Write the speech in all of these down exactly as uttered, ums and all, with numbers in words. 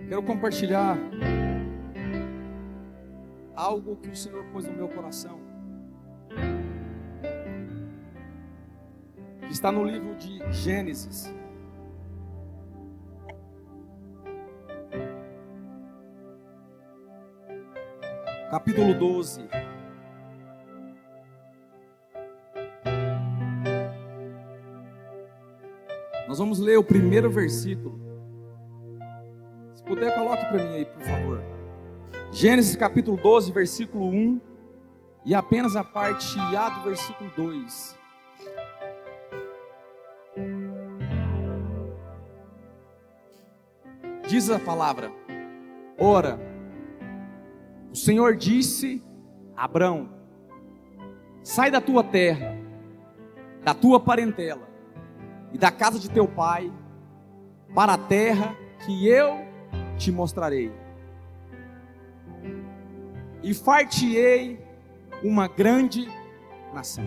Quero compartilhar algo que o Senhor pôs no meu coração. Está no livro de Gênesis. Capítulo doze. Nós vamos ler o primeiro versículo. Se puder, coloque para mim aí, por favor. Gênesis capítulo doze, versículo um. E apenas a parte A do versículo dois. Diz a palavra: Ora, o Senhor disse a Abrão: sai da tua terra, da tua parentela e da casa de teu pai, para a terra que eu te mostrarei. E far-te-ei uma grande nação.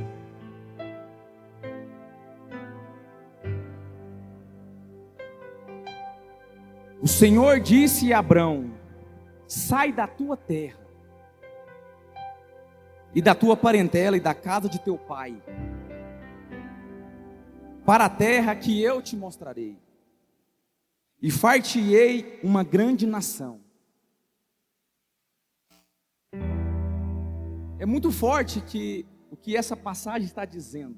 O Senhor disse a Abrão: sai da tua terra e da tua parentela e da casa de teu pai, para a terra que eu te mostrarei, e far-te-ei uma grande nação. É muito forte que, o que essa passagem está dizendo.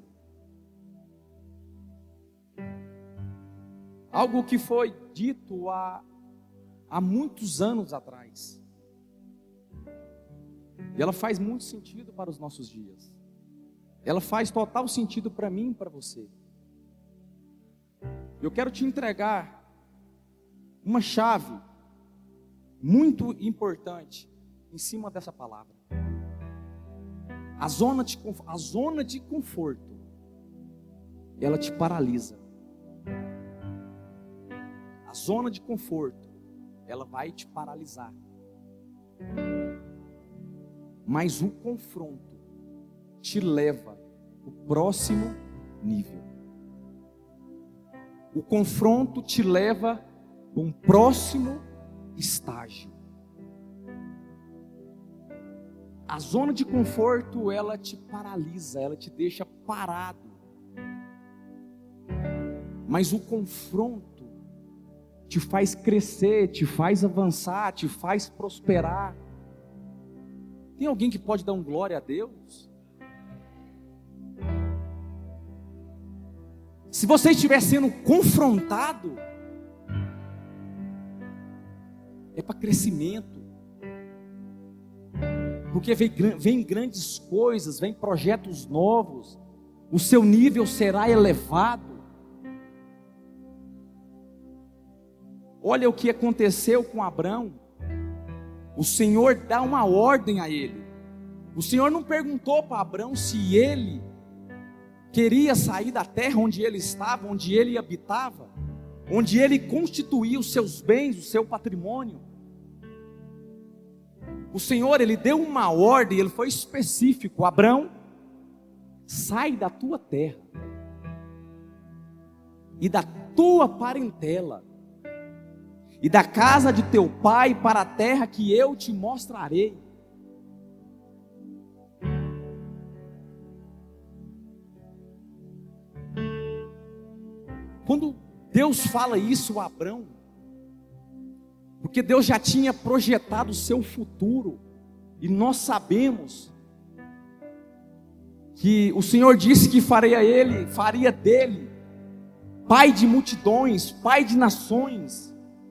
Algo que foi dito há, há muitos anos atrás. E ela faz muito sentido para os nossos dias. Ela faz total sentido para mim e para você. Eu quero te entregar uma chave muito importante em cima dessa palavra. A zona de, a zona de conforto, ela te paralisa. A zona de conforto, ela vai te paralisar. Mas o confronto te leva ao próximo nível. O confronto te leva a um próximo estágio. A zona de conforto, ela te paralisa, ela te deixa parado. Mas o confronto te faz crescer, te faz avançar, te faz prosperar. Tem alguém que pode dar um glória a Deus? Se você estiver sendo confrontado, é para crescimento. Porque vem, vem grandes coisas, vem projetos novos, o seu nível será elevado. Olha o que aconteceu com Abrão. O Senhor dá uma ordem a ele. O Senhor não perguntou para Abrão se ele queria sair da terra onde ele estava, onde ele habitava, onde ele constituía os seus bens, o seu patrimônio. O Senhor, ele deu uma ordem, ele foi específico: Abrão, sai da tua terra e da tua parentela e da casa de teu pai para a terra que eu te mostrarei. Quando Deus fala isso a Abrão, porque Deus já tinha projetado o seu futuro, e nós sabemos que o Senhor disse que faria ele, faria dele pai de multidões, pai de nações.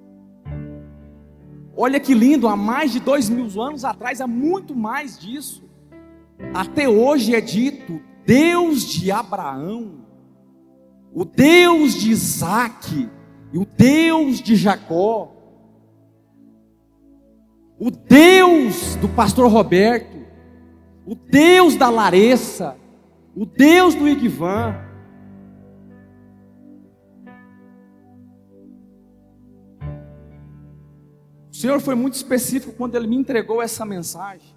Olha que lindo, há mais de dois mil anos atrás, há muito mais disso. Até hoje é dito: Deus de Abraão, o Deus de Isaac e o Deus de Jacó, o Deus do pastor Roberto, o Deus da Larissa, o Deus do Igvan. O Senhor foi muito específico quando Ele me entregou essa mensagem.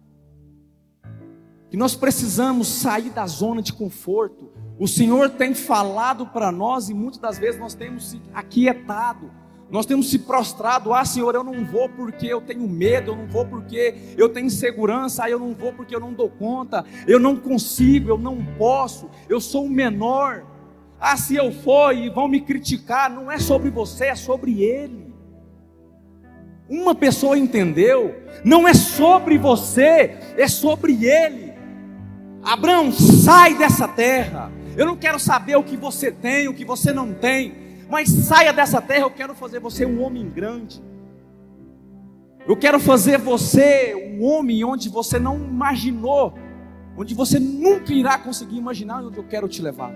Que nós precisamos sair da zona de conforto. O Senhor tem falado para nós e muitas das vezes nós temos aquietado. Nós temos se prostrado, ah Senhor, eu não vou porque eu tenho medo, eu não vou porque eu tenho insegurança, ah, eu não vou porque eu não dou conta, eu não consigo, eu não posso, eu sou o menor. Ah, se eu for e vão me criticar, não é sobre você, é sobre ele. Uma pessoa entendeu, não é sobre você, é sobre ele. Abraão, sai dessa terra. Eu não quero saber o que você tem, o que você não tem, mas saia dessa terra. Eu quero fazer você um homem grande. Eu quero fazer você um homem onde você não imaginou, onde você nunca irá conseguir imaginar onde eu quero te levar.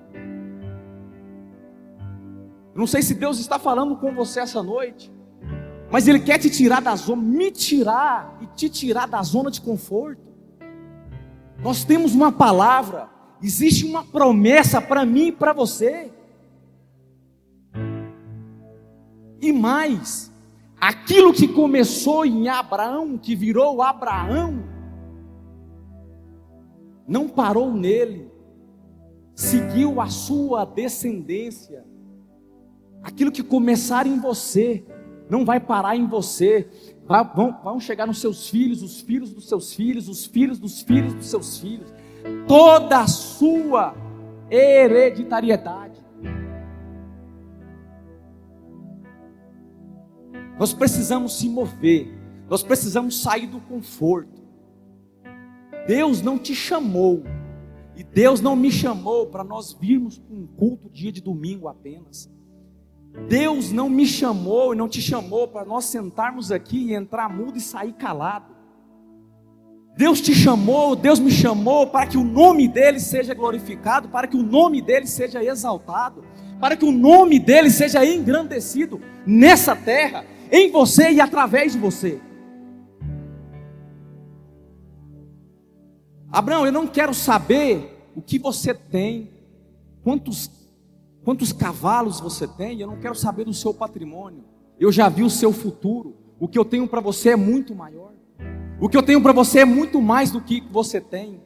Eu não sei se Deus está falando com você essa noite, mas Ele quer te tirar da zona, me tirar e te tirar da zona de conforto. Nós temos uma palavra, existe uma promessa para mim e para você. E mais, aquilo que começou em Abraão, que virou Abraão, não parou nele, seguiu a sua descendência. Aquilo que começar em você, não vai parar em você, vai, vão, vão chegar nos seus filhos, os filhos dos seus filhos, os filhos dos filhos dos seus filhos, toda a sua hereditariedade. Nós precisamos se mover, nós precisamos sair do conforto. Deus não te chamou, e Deus não me chamou para nós virmos para um culto dia de domingo apenas. Deus não me chamou e não te chamou para nós sentarmos aqui e entrar mudo e sair calado. Deus te chamou, Deus me chamou para que o nome dEle seja glorificado, para que o nome dEle seja exaltado, para que o nome dEle seja engrandecido nessa terra, em você e através de você. Abraão, eu não quero saber o que você tem, quantos Quantos cavalos você tem? Eu não quero saber do seu patrimônio. Eu já vi o seu futuro. O que eu tenho para você é muito maior. O que eu tenho para você é muito mais do que você tem.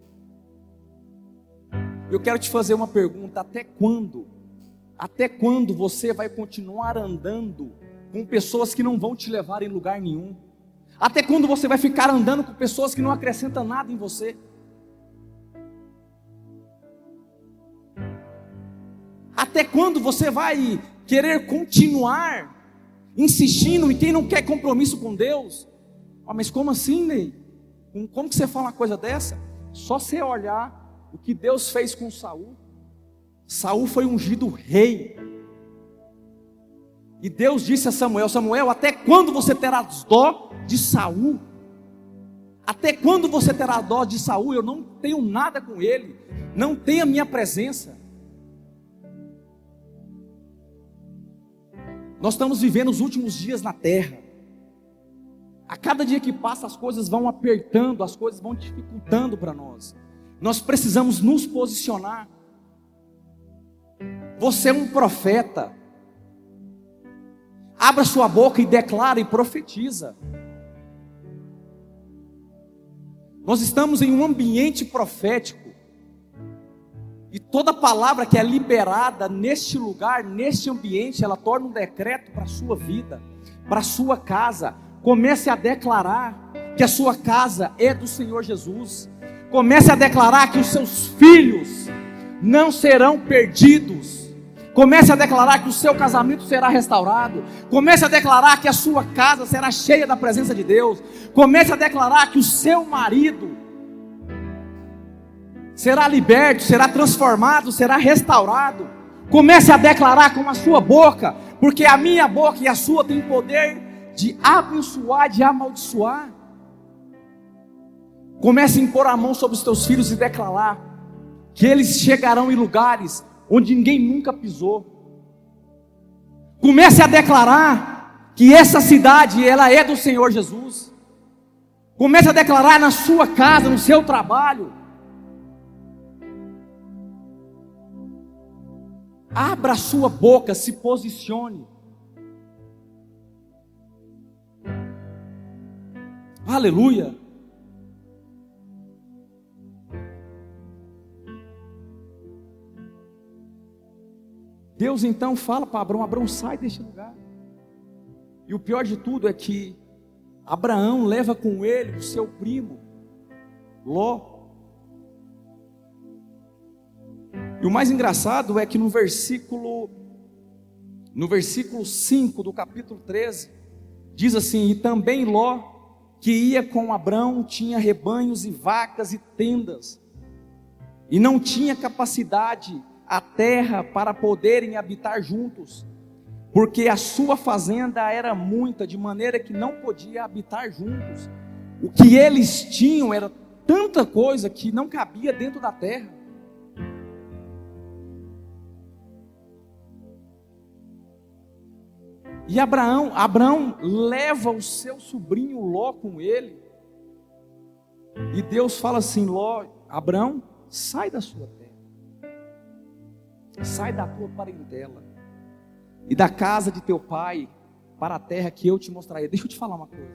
Eu quero te fazer uma pergunta: até quando? Até quando você vai continuar andando com pessoas que não vão te levar em lugar nenhum? Até quando você vai ficar andando com pessoas que não acrescentam nada em você? Até quando você vai querer continuar insistindo em quem não quer compromisso com Deus? Oh, mas como assim, Ney? Como que você fala uma coisa dessa? Só você olhar o que Deus fez com Saul. Saul foi ungido rei. E Deus disse a Samuel: Samuel, até quando você terá dó de Saul? Até quando você terá dó de Saul? Eu não tenho nada com ele, não tem a minha presença. Nós estamos vivendo os últimos dias na terra. A cada dia que passa as coisas vão apertando, as coisas vão dificultando para nós. Nós precisamos nos posicionar. Você é um profeta. Abra sua boca e declara e profetiza. Nós estamos em um ambiente profético. E toda palavra que é liberada neste lugar, neste ambiente, ela torna um decreto para a sua vida, para a sua casa. Comece a declarar que a sua casa é do Senhor Jesus. Comece a declarar que os seus filhos não serão perdidos. Comece a declarar que o seu casamento será restaurado. Comece a declarar que a sua casa será cheia da presença de Deus. Comece a declarar que o seu marido será liberto, será transformado, será restaurado. Comece a declarar com a sua boca, porque a minha boca e a sua tem poder de abençoar, de amaldiçoar. Comece a impor a mão sobre os teus filhos e declarar que eles chegarão em lugares onde ninguém nunca pisou. Comece a declarar que essa cidade, ela é do Senhor Jesus. Comece a declarar na sua casa, no seu trabalho. Abra a sua boca, se posicione. Aleluia. Deus então fala para Abraão: Abraão, sai deste lugar. E o pior de tudo é que Abraão leva com ele o seu primo, Ló. E o mais engraçado é que no versículo, no versículo cinco do capítulo treze, diz assim: e também Ló, que ia com Abrão, tinha rebanhos e vacas e tendas, e não tinha capacidade a terra para poderem habitar juntos, porque a sua fazenda era muita, de maneira que não podia habitar juntos. O que eles tinham era tanta coisa que não cabia dentro da terra. E Abraão, Abraão leva o seu sobrinho Ló com ele. E Deus fala assim: Ló, Abraão, sai da sua terra, sai da tua parentela e da casa de teu pai para a terra que eu te mostrarei. Deixa eu te falar uma coisa.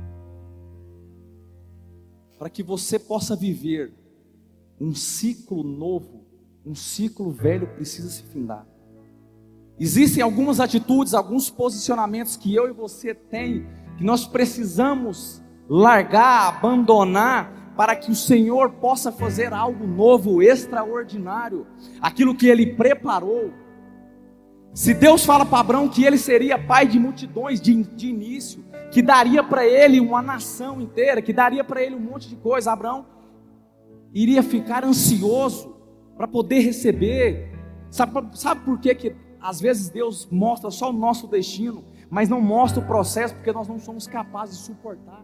Para que você possa viver um ciclo novo, um ciclo velho precisa se findar. Existem algumas atitudes, alguns posicionamentos que eu e você tem, que nós precisamos largar, abandonar, para que o Senhor possa fazer algo novo, extraordinário, aquilo que Ele preparou. Se Deus fala para Abraão que ele seria pai de multidões de, de início, que daria para ele uma nação inteira, que daria para ele um monte de coisa, Abraão iria ficar ansioso para poder receber. Sabe, sabe por que que às vezes Deus mostra só o nosso destino, mas não mostra o processo, porque nós não somos capazes de suportar.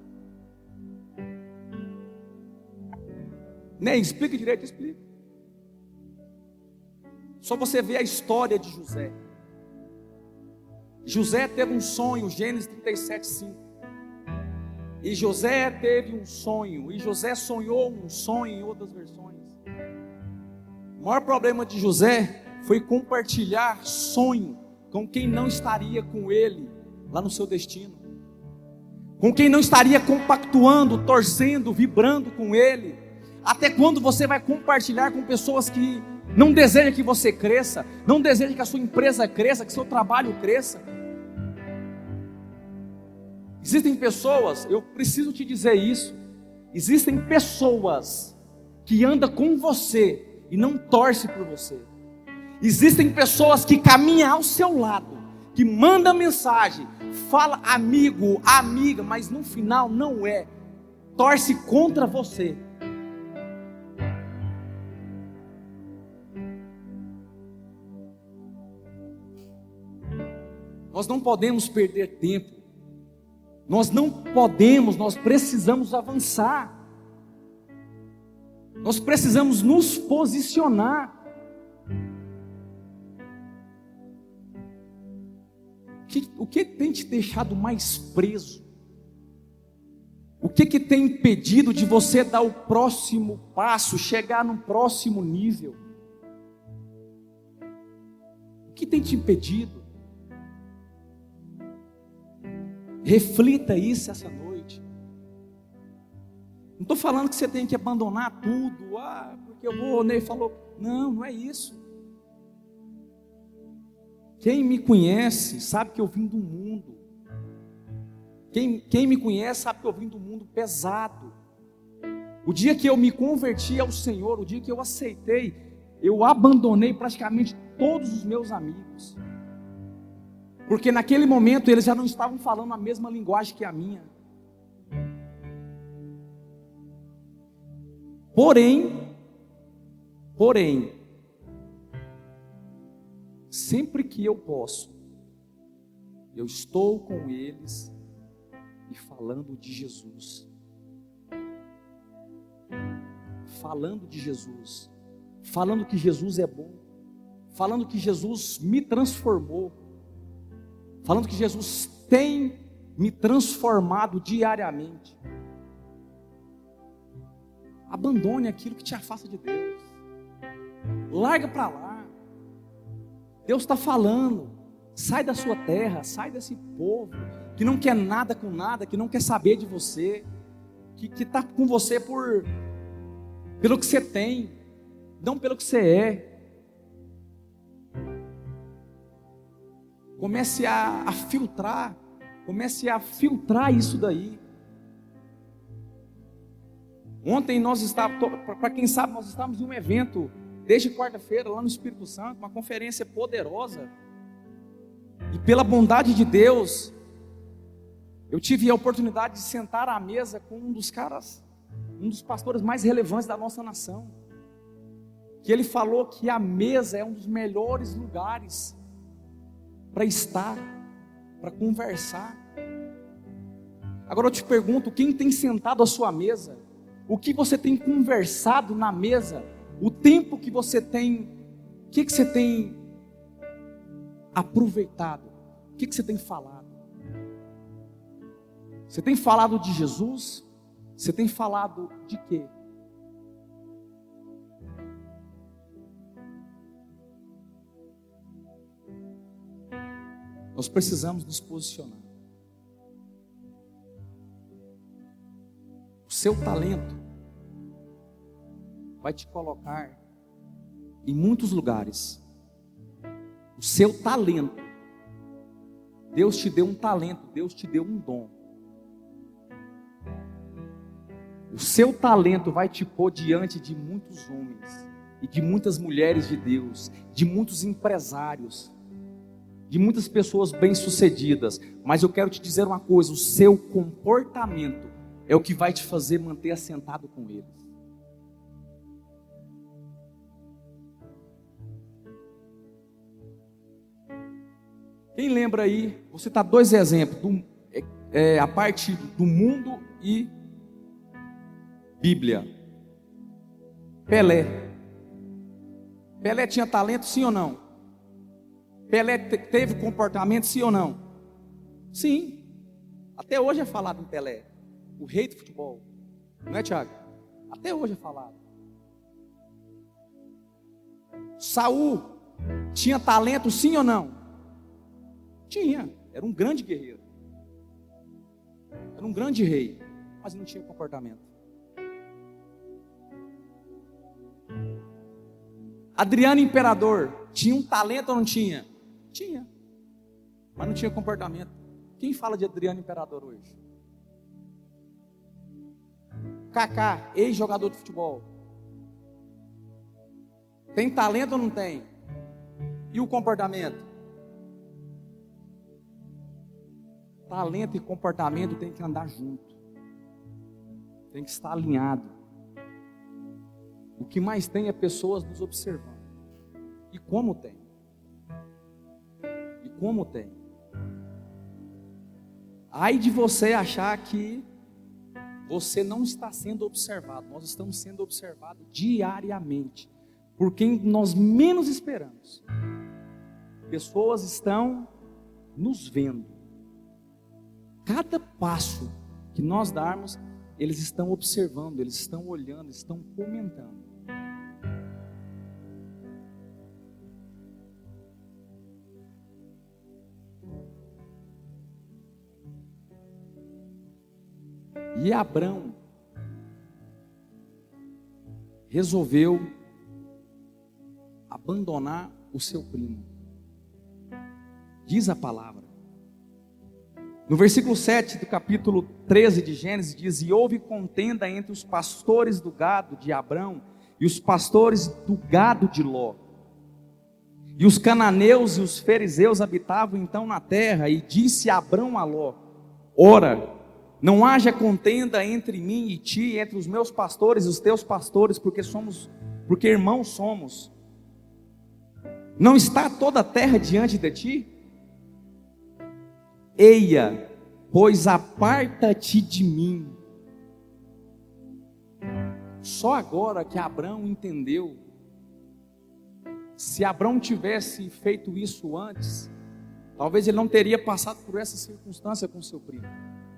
Nem explica direito, explica. Só você ver a história de José. José teve um sonho, Gênesis trinta e sete, cinco. E José teve um sonho, e José sonhou um sonho em outras versões. O maior problema de José foi compartilhar sonho com quem não estaria com ele lá no seu destino, com quem não estaria compactuando, torcendo, vibrando com ele. Até quando você vai compartilhar com pessoas que não desejam que você cresça, não desejam que a sua empresa cresça, que seu trabalho cresça? Existem pessoas, eu preciso te dizer isso, existem pessoas que andam com você e não torcem por você. Existem pessoas que caminham ao seu lado, que mandam mensagem, fala amigo, amiga, mas no final não é, torce contra você. Nós não podemos perder tempo, nós não podemos, nós precisamos avançar, nós precisamos nos posicionar. O que tem te deixado mais preso? O que, que tem impedido de você dar o próximo passo, chegar no próximo nível? O que tem te impedido? Reflita isso essa noite. Não estou falando que você tem que abandonar tudo, ah, porque eu vou, o Ney falou. Não, não é isso. Quem me conhece sabe que eu vim do mundo. Quem, quem me conhece sabe que eu vim do mundo pesado. O dia que eu me converti ao Senhor, o dia que eu aceitei, eu abandonei praticamente todos os meus amigos. Porque naquele momento eles já não estavam falando a mesma linguagem que a minha. Porém, porém, sempre que eu posso, eu estou com eles e falando de Jesus. Falando de Jesus. Falando que Jesus é bom. Falando que Jesus me transformou. Falando que Jesus tem me transformado diariamente. Abandone aquilo que te afasta de Deus. Larga para lá. Deus está falando. Sai da sua terra, sai desse povo que não quer nada com nada, que não quer saber de você, que está com você por pelo que você tem, não pelo que você é. Comece a, a filtrar Comece a filtrar isso daí. Ontem nós estávamos, para quem sabe, nós estávamos em um evento, desde quarta-feira, lá no Espírito Santo, uma conferência poderosa. E pela bondade de Deus, eu tive a oportunidade de sentar à mesa com um dos caras, um dos pastores mais relevantes da nossa nação. Que ele falou que a mesa é um dos melhores lugares para estar, para conversar. Agora eu te pergunto, quem tem sentado à sua mesa? O que você tem conversado na mesa? O tempo que você tem, o que, que você tem aproveitado? O que, que você tem falado? Você tem falado de Jesus? Você tem falado de quê? Nós precisamos nos posicionar. O seu talento vai te colocar em muitos lugares. O seu talento. Deus te deu um talento, Deus te deu um dom. O seu talento vai te pôr diante de muitos homens e de muitas mulheres de Deus, de muitos empresários, de muitas pessoas bem-sucedidas. Mas eu quero te dizer uma coisa: o seu comportamento é o que vai te fazer manter assentado com eles. Quem lembra aí? Vou citar dois exemplos, do, é, é, a parte do mundo e Bíblia. Pelé. Pelé tinha talento, sim ou não? Pelé te, teve comportamento, sim ou não? Sim. Até hoje é falado em Pelé, o rei do futebol. Não é, Thiago? Até hoje é falado. Saul tinha talento, sim ou não? Tinha. Era um grande guerreiro. Era um grande rei, mas não tinha comportamento. Adriano Imperador tinha um talento ou não tinha? Tinha, mas não tinha comportamento. Quem fala de Adriano Imperador hoje? Kaká, ex-jogador de futebol. Tem talento ou não tem? E o comportamento? Talento e comportamento tem que andar junto. Tem que estar alinhado. O que mais tem é pessoas nos observando. E como tem? E como tem? Ai de você achar que você não está sendo observado. Nós estamos sendo observados diariamente por quem nós menos esperamos. Pessoas estão nos vendo. Cada passo que nós darmos, eles estão observando, eles estão olhando, estão comentando. E Abrão resolveu abandonar o seu primo. Diz a palavra. No versículo sete do capítulo treze de Gênesis diz: e houve contenda entre os pastores do gado de Abrão e os pastores do gado de Ló. E os cananeus e os fariseus habitavam então na terra, e disse Abrão a Ló: ora, não haja contenda entre mim e ti, entre os meus pastores e os teus pastores, porque somos, porque irmãos somos. Não está toda a terra diante de ti? Eia, pois aparta-te de mim. Só agora que Abrão entendeu. Se Abrão tivesse feito isso antes, talvez ele não teria passado por essa circunstância com seu primo.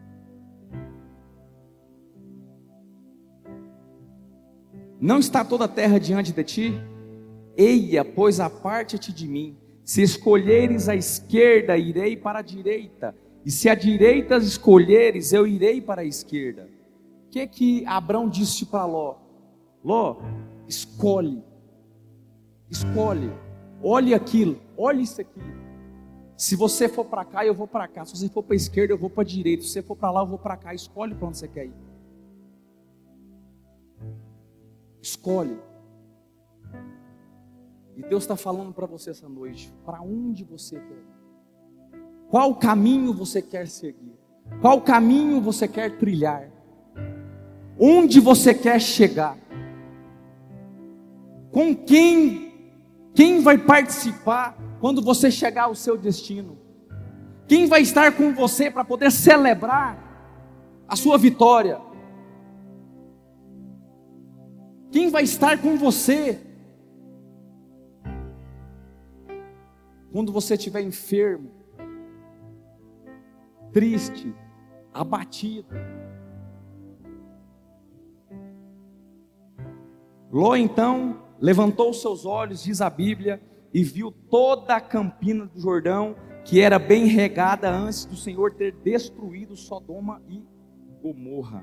Não está toda a terra diante de ti? Eia, pois aparte-te de mim. Se escolheres a esquerda, irei para a direita, e se a direita escolheres, eu irei para a esquerda. O que que Abrão disse para Ló? Ló, escolhe, escolhe, olhe aquilo, olhe isso aqui. Se você for para cá, eu vou para cá. Se você for para a esquerda, eu vou para a direita. Se você for para lá, eu vou para cá. Escolhe para onde você quer ir. Escolhe. E Deus está falando para você essa noite. Para onde você quer ir? Qual caminho você quer seguir? Qual caminho você quer trilhar? Onde você quer chegar? Com quem? Quem vai participar quando você chegar ao seu destino? Quem vai estar com você para poder celebrar a sua vitória? Quem vai estar com você quando você estiver enfermo, triste, abatido? Ló então levantou os seus olhos, diz a Bíblia, e viu toda a campina do Jordão, que era bem regada antes do Senhor ter destruído Sodoma e Gomorra.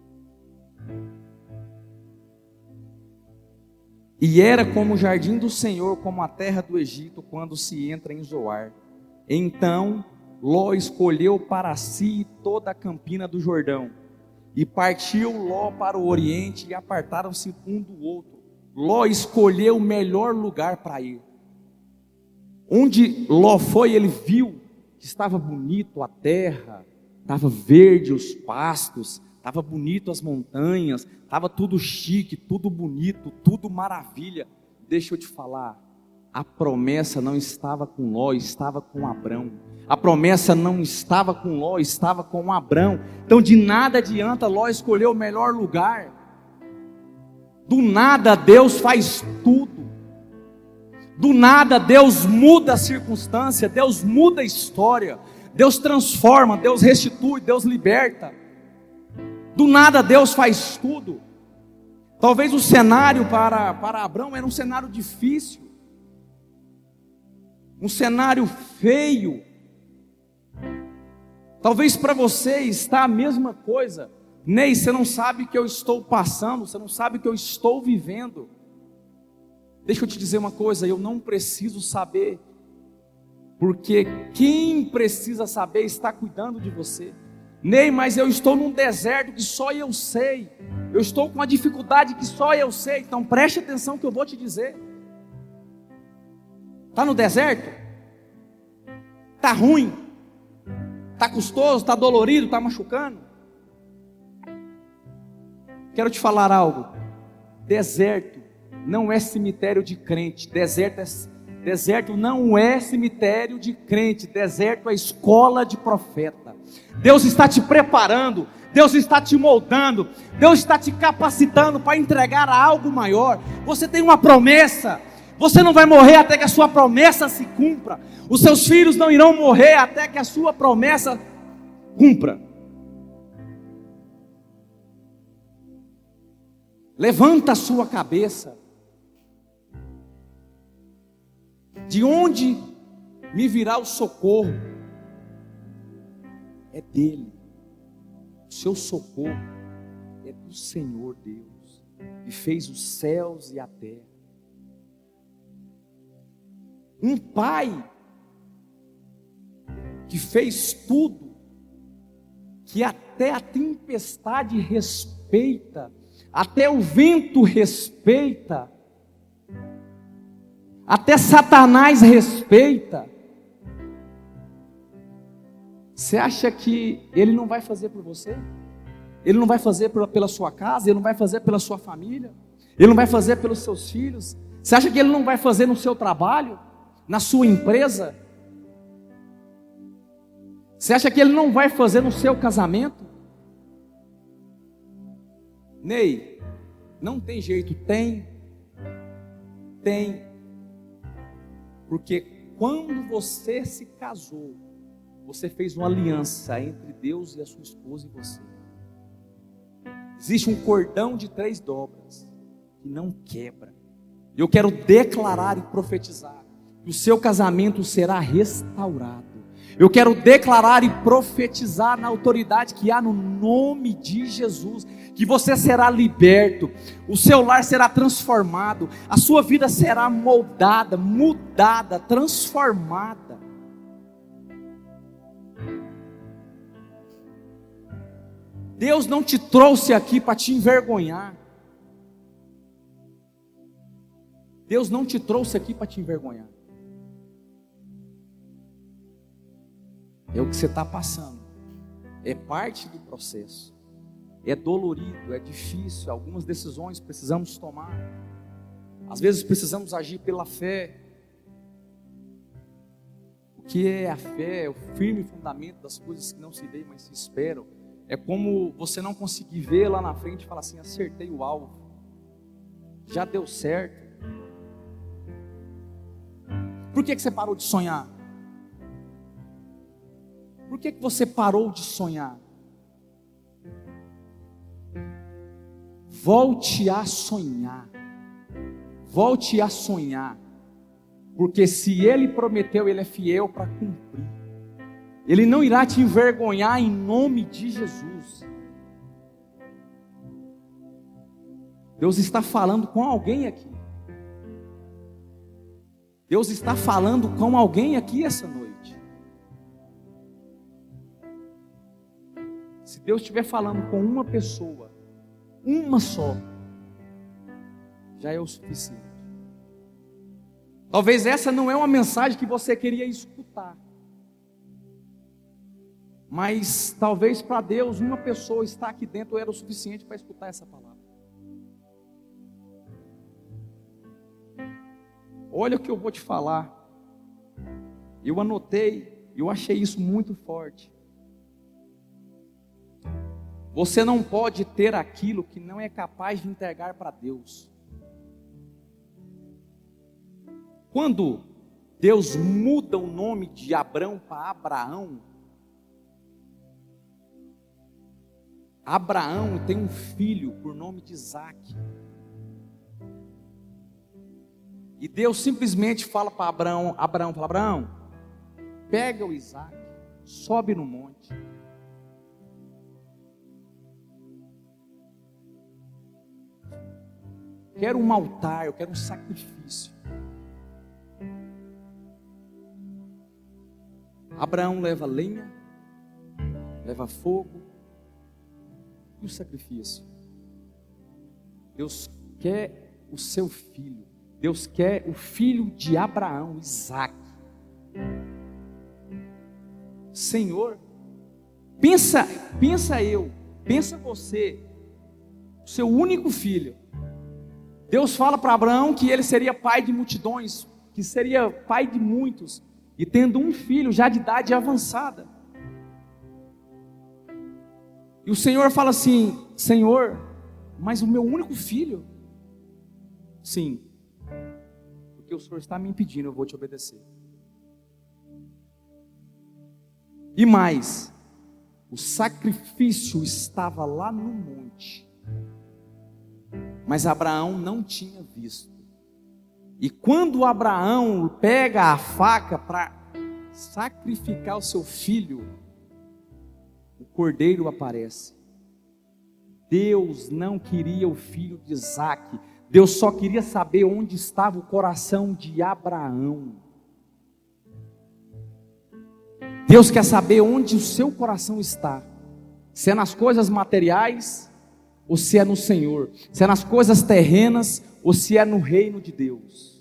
E era como o jardim do Senhor, como a terra do Egito, quando se entra em Zoar. Então Ló escolheu para si toda a campina do Jordão, e partiu Ló para o oriente, e apartaram-se um do outro. Ló escolheu o melhor lugar para ir. Onde Ló foi, ele viu que estava bonito a terra, estava verde os pastos, estava bonito as montanhas, estava tudo chique, tudo bonito, tudo maravilha. Deixa eu te falar, a promessa não estava com Ló, estava com Abrão. A promessa não estava com Ló, estava com Abrão. Então de nada adianta Ló escolher o melhor lugar. Do nada Deus faz tudo. Do nada Deus muda a circunstância, Deus muda a história, Deus transforma, Deus restitui, Deus liberta. Do nada Deus faz tudo. Talvez o cenário para, para Abrão era um cenário difícil, um cenário feio. Talvez para você está a mesma coisa. Ney, você não sabe o que eu estou passando, você não sabe o que eu estou vivendo. Deixa eu te dizer uma coisa, eu não preciso saber, porque quem precisa saber está cuidando de você. Ney, mas eu estou num deserto que só eu sei, eu estou com uma dificuldade que só eu sei, então preste atenção que eu vou te dizer. Está no deserto? Está ruim? Está custoso? Está dolorido? Está machucando? Quero te falar algo. Deserto não é cemitério de crente. Deserto, é, deserto não é cemitério de crente. Deserto é escola de profeta. Deus está te preparando, Deus está te moldando, Deus está te capacitando para entregar algo maior. Você tem uma promessa. Você não vai morrer até que a sua promessa se cumpra. Os seus filhos não irão morrer até que a sua promessa cumpra. Levanta a sua cabeça. De onde me virá o socorro? É dele. O seu socorro é do Senhor Deus, que fez os céus e a terra. Um pai que fez tudo, que até a tempestade respeita, até o vento respeita, até Satanás respeita. Você acha que ele não vai fazer por você? Ele não vai fazer pela sua casa? Ele não vai fazer pela sua família? Ele não vai fazer pelos seus filhos? Você acha que ele não vai fazer no seu trabalho? Na sua empresa? Você acha que ele não vai fazer no seu casamento? Ney, não tem jeito. Tem. Tem. Porque quando você se casou, você fez uma aliança entre Deus e a sua esposa e você. Existe um cordão de três dobras que não quebra. Eu quero declarar e profetizar que o seu casamento será restaurado. Eu quero declarar e profetizar na autoridade que há no nome de Jesus, que você será liberto, o seu lar será transformado, a sua vida será moldada, mudada, transformada. Deus não te trouxe aqui para te envergonhar. Deus não te trouxe aqui para te envergonhar. É o que você está passando. É parte do processo. É dolorido, é difícil. Algumas decisões precisamos tomar. Às vezes precisamos agir pela fé. O que é a fé? É o firme fundamento das coisas que não se veem, mas se esperam. É como você não conseguir ver lá na frente e falar assim: acertei o alvo, já deu certo. Por que que você parou de sonhar? Por que que você parou de sonhar? Volte a sonhar. Volte a sonhar. Porque se Ele prometeu, Ele é fiel para cumprir. Ele não irá te envergonhar em nome de Jesus. Deus está falando com alguém aqui. Deus está falando com alguém aqui essa noite. Se Deus estiver falando com uma pessoa, uma só, já é o suficiente. Talvez essa não é uma mensagem que você queria escutar. Mas talvez para Deus uma pessoa estar aqui dentro era o suficiente para escutar essa palavra. Olha o que eu vou te falar. Eu anotei, eu achei isso muito forte. Você não pode ter aquilo que não é capaz de entregar para Deus. Quando Deus muda o nome de Abrão para Abraão, Abraão tem um filho por nome de Isaque. E Deus simplesmente fala para Abraão, Abraão fala: Abraão, pega o Isaque, sobe no monte. Quero um altar, eu quero um sacrifício. Abraão leva lenha, leva fogo, e o sacrifício. Deus quer o seu filho. Deus quer o filho de Abraão, Isaque. Senhor, pensa, pensa eu, pensa você, o seu único filho. Deus fala para Abraão que ele seria pai de multidões, que seria pai de muitos, e tendo um filho já de idade avançada. E o Senhor fala assim: Senhor, mas o meu único filho? Sim, porque o Senhor está me impedindo, eu vou te obedecer. E mais, o sacrifício estava lá no monte, mas Abraão não tinha visto. E quando Abraão pega a faca para sacrificar o seu filho, o cordeiro aparece. Deus não queria o filho de Isaque. Deus só queria saber onde estava o coração de Abraão. Deus quer saber onde o seu coração está. Se é nas coisas materiais, ou se é no Senhor. Se é nas coisas terrenas, ou se é no reino de Deus.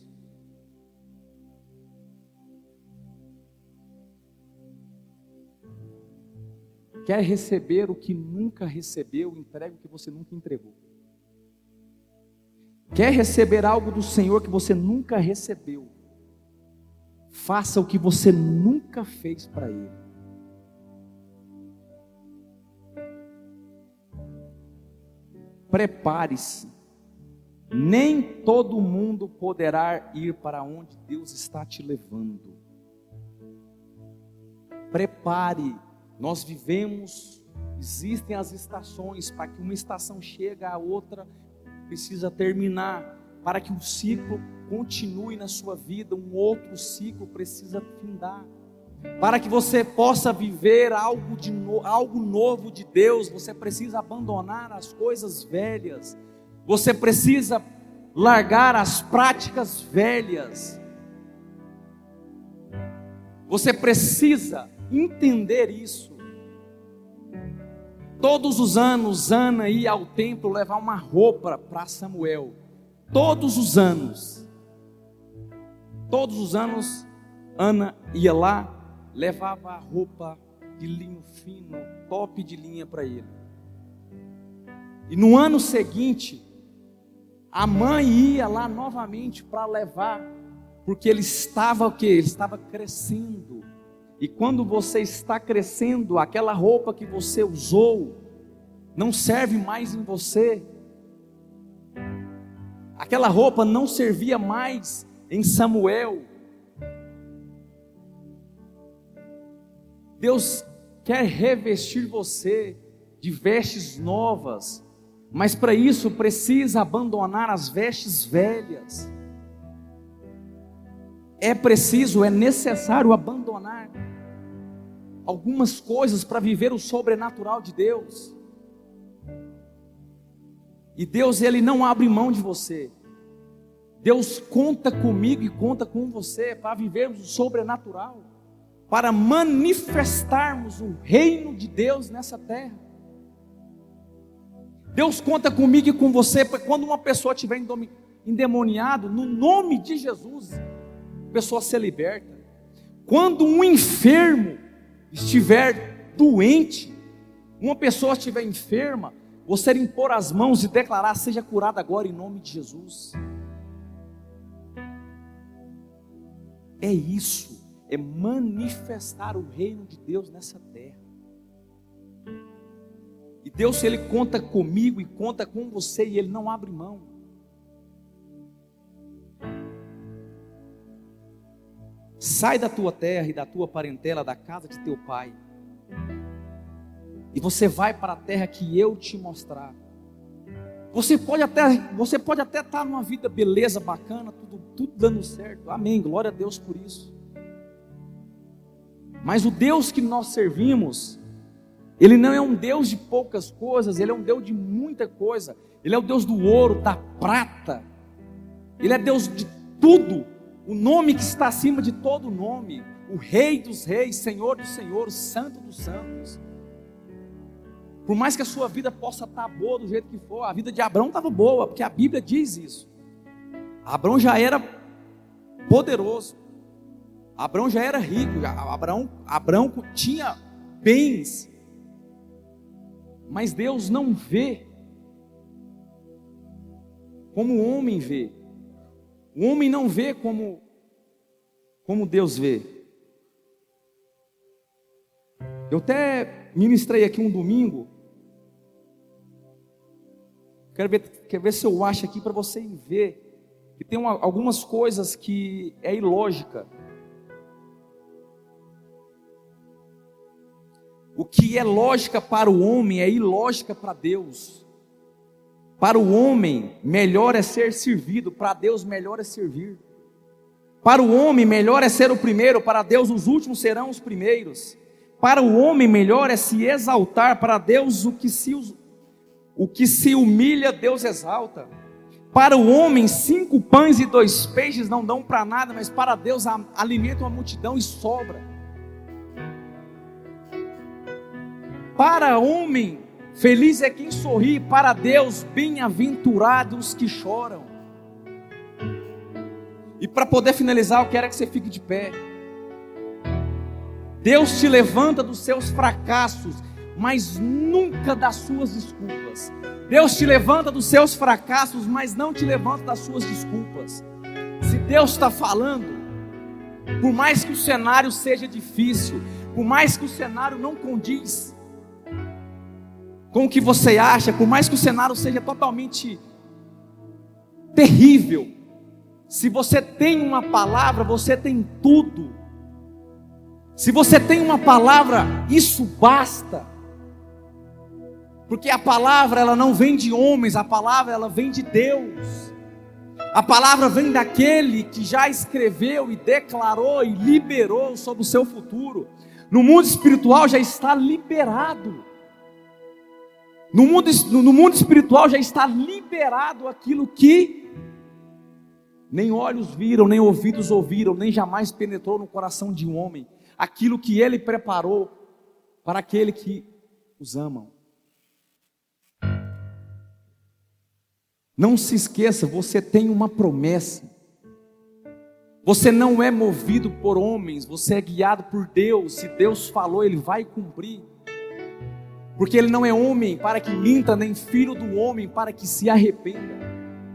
Quer receber o que nunca recebeu, entrega o que você nunca entregou. Quer receber algo do Senhor que você nunca recebeu, faça o que você nunca fez para Ele. Prepare-se. Nem todo mundo poderá ir para onde Deus está te levando. Prepare. Nós vivemos, existem as estações, para que uma estação chegue, a outra precisa terminar, para que um ciclo continue na sua vida, um outro ciclo precisa findar. Para que você possa viver algo, de no, algo novo de Deus, você precisa abandonar as coisas velhas, você precisa largar as práticas velhas, você precisa entender isso. Todos os anos, Ana ia ao templo levar uma roupa para Samuel. Todos os anos. Todos os anos, Ana ia lá, levava a roupa de linho fino, top de linha para ele. E no ano seguinte, a mãe ia lá novamente para levar, porque ele estava o quê? Ele estava crescendo. E quando você está crescendo, aquela roupa que você usou não serve mais em você. Aquela roupa não servia mais em Samuel. Deus quer revestir você de vestes novas, mas para isso precisa abandonar as vestes velhas. É preciso, é necessário abandonar algumas coisas para viver o sobrenatural de Deus. E Deus, Ele não abre mão de você. Deus conta comigo e conta com você para vivermos o sobrenatural, para manifestarmos o reino de Deus nessa terra. Deus conta comigo e com você, para quando uma pessoa estiver endemoniado, no nome de Jesus, a pessoa ser liberta. Quando um enfermo estiver doente, uma pessoa estiver enferma, você impor as mãos e declarar: seja curado agora em nome de Jesus. É isso, é manifestar o reino de Deus nessa terra. E Deus, Ele conta comigo e conta com você, e Ele não abre mão. Sai da tua terra e da tua parentela, da casa de teu pai, e você vai para a terra que eu te mostrar. Você pode até, você pode até estar numa vida beleza, bacana, tudo, tudo dando certo, amém, glória a Deus por isso. Mas o Deus que nós servimos, Ele não é um Deus de poucas coisas, Ele é um Deus de muita coisa. Ele é o Deus do ouro, da prata, Ele é Deus de tudo, o nome que está acima de todo nome, o Rei dos reis, Senhor dos senhores, Santo dos santos. Por mais que a sua vida possa estar boa do jeito que for, a vida de Abraão estava boa, porque a Bíblia diz isso. Abraão já era poderoso, Abraão já era rico, já, Abraão, Abraão tinha bens, mas Deus não vê como o homem vê. O homem não vê como, como Deus vê. Eu até ministrei aqui um domingo. Quero ver, quero ver se eu acho aqui para você ver que tem uma, algumas coisas que é ilógica. O que é lógica para o homem é ilógica para Deus. Para o homem, melhor é ser servido, para Deus, melhor é servir. Para o homem, melhor é ser o primeiro, para Deus, os últimos serão os primeiros. Para o homem, melhor é se exaltar, para Deus, o que se, o que se humilha, Deus exalta. Para o homem, cinco pães e dois peixes não dão para nada, mas para Deus alimentam a multidão e sobra. Para o homem, feliz é quem sorri, para Deus, bem-aventurados os que choram. E para poder finalizar, eu quero que você fique de pé. Deus te levanta dos seus fracassos, mas nunca das suas desculpas. Deus te levanta dos seus fracassos, mas não te levanta das suas desculpas. Se Deus está falando, por mais que o cenário seja difícil, por mais que o cenário não condiz com o que você acha, por mais que o cenário seja totalmente terrível, se você tem uma palavra, você tem tudo. Se você tem uma palavra, isso basta. Porque a palavra, ela não vem de homens, a palavra, ela vem de Deus. A palavra vem daquele que já escreveu e declarou e liberou sobre o seu futuro. No mundo espiritual já está liberado. No mundo, no mundo espiritual já está liberado aquilo que nem olhos viram, nem ouvidos ouviram, nem jamais penetrou no coração de um homem. Aquilo que Ele preparou para aquele que os amam. Não se esqueça, você tem uma promessa. Você não é movido por homens, você é guiado por Deus. Se Deus falou, Ele vai cumprir. Porque Ele não é homem para que minta, nem filho do homem para que se arrependa.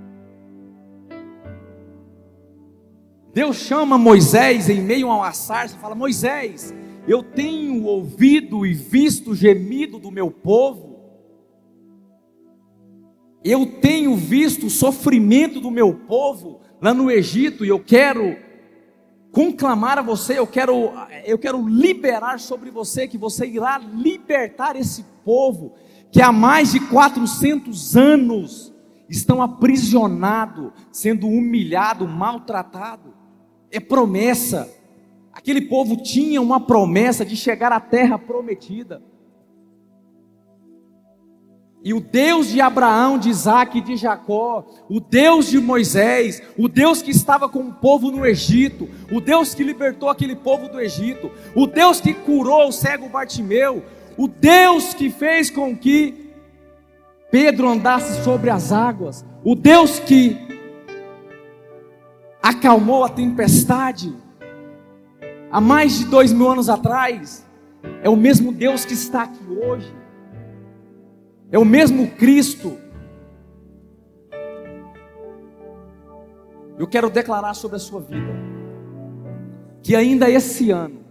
Deus chama Moisés em meio a uma sarça e fala: Moisés, eu tenho ouvido e visto o gemido do meu povo. Eu tenho visto o sofrimento do meu povo lá no Egito, e eu quero conclamar a você, eu quero, eu quero liberar sobre você, que você irá libertar esse povo, que há mais de quatrocentos anos estão aprisionados, sendo humilhado, maltratado. É promessa. Aquele povo tinha uma promessa de chegar à terra prometida. E o Deus de Abraão, de Isaac e de Jacó, o Deus de Moisés, o Deus que estava com o povo no Egito, o Deus que libertou aquele povo do Egito, o Deus que curou o cego Bartimeu, o Deus que fez com que Pedro andasse sobre as águas, o Deus que acalmou a tempestade há mais de dois mil anos atrás, é o mesmo Deus que está aqui hoje. É o mesmo Cristo. Eu quero declarar sobre a sua vida que ainda esse ano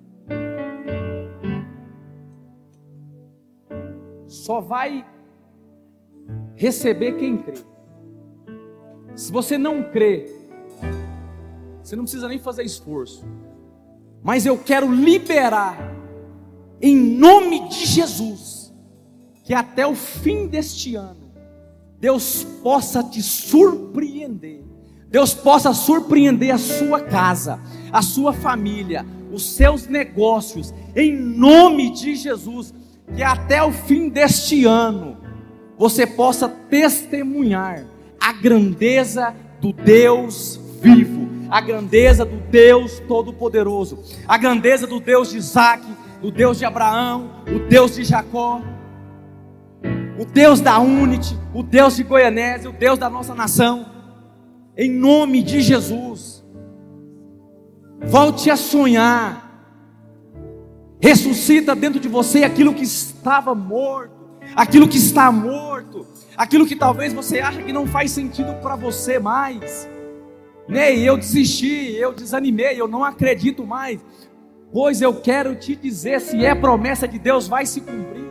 só vai receber quem crê. Se você não crê, você não precisa nem fazer esforço. Mas eu quero liberar em nome de Jesus que até o fim deste ano Deus possa te surpreender. Deus possa surpreender a sua casa, a sua família, os seus negócios, em nome de Jesus. Que até o fim deste ano você possa testemunhar a grandeza do Deus vivo, a grandeza do Deus Todo-Poderoso, a grandeza do Deus de Isaac, do Deus de Abraão, o Deus de Jacó, o Deus da Unity, o Deus de Goianésia, o Deus da nossa nação. Em nome de Jesus, volte a sonhar, ressuscita dentro de você aquilo que estava morto, aquilo que está morto, aquilo que talvez você acha que não faz sentido para você mais. Ney, eu desisti, eu desanimei, eu não acredito mais. Pois eu quero te dizer, se é promessa de Deus, vai se cumprir.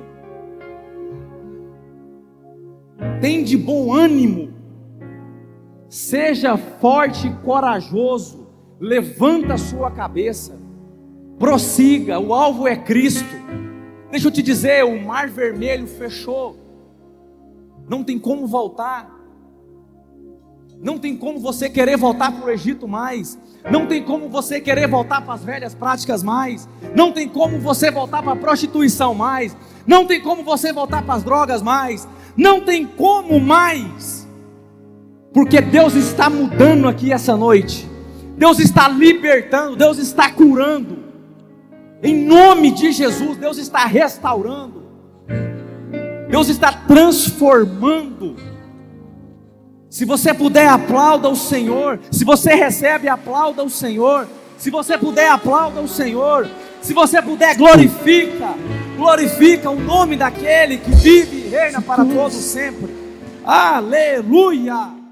Tem de bom ânimo, seja forte e corajoso, levanta a sua cabeça, prossiga, o alvo é Cristo. Deixa eu te dizer, o mar vermelho fechou, não tem como voltar, não tem como você querer voltar para o Egito mais, não tem como você querer voltar para as velhas práticas mais, não tem como você voltar para a prostituição mais, não tem como você voltar para as drogas mais, não tem como mais, porque Deus está mudando aqui essa noite, Deus está libertando, Deus está curando, em nome de Jesus, Deus está restaurando, Deus está transformando. Se você puder, aplauda o Senhor. Se você recebe, aplauda o Senhor. Se você puder, aplauda o Senhor. Se você puder, glorifica, glorifica o nome daquele que vive e reina para todos sempre. Aleluia.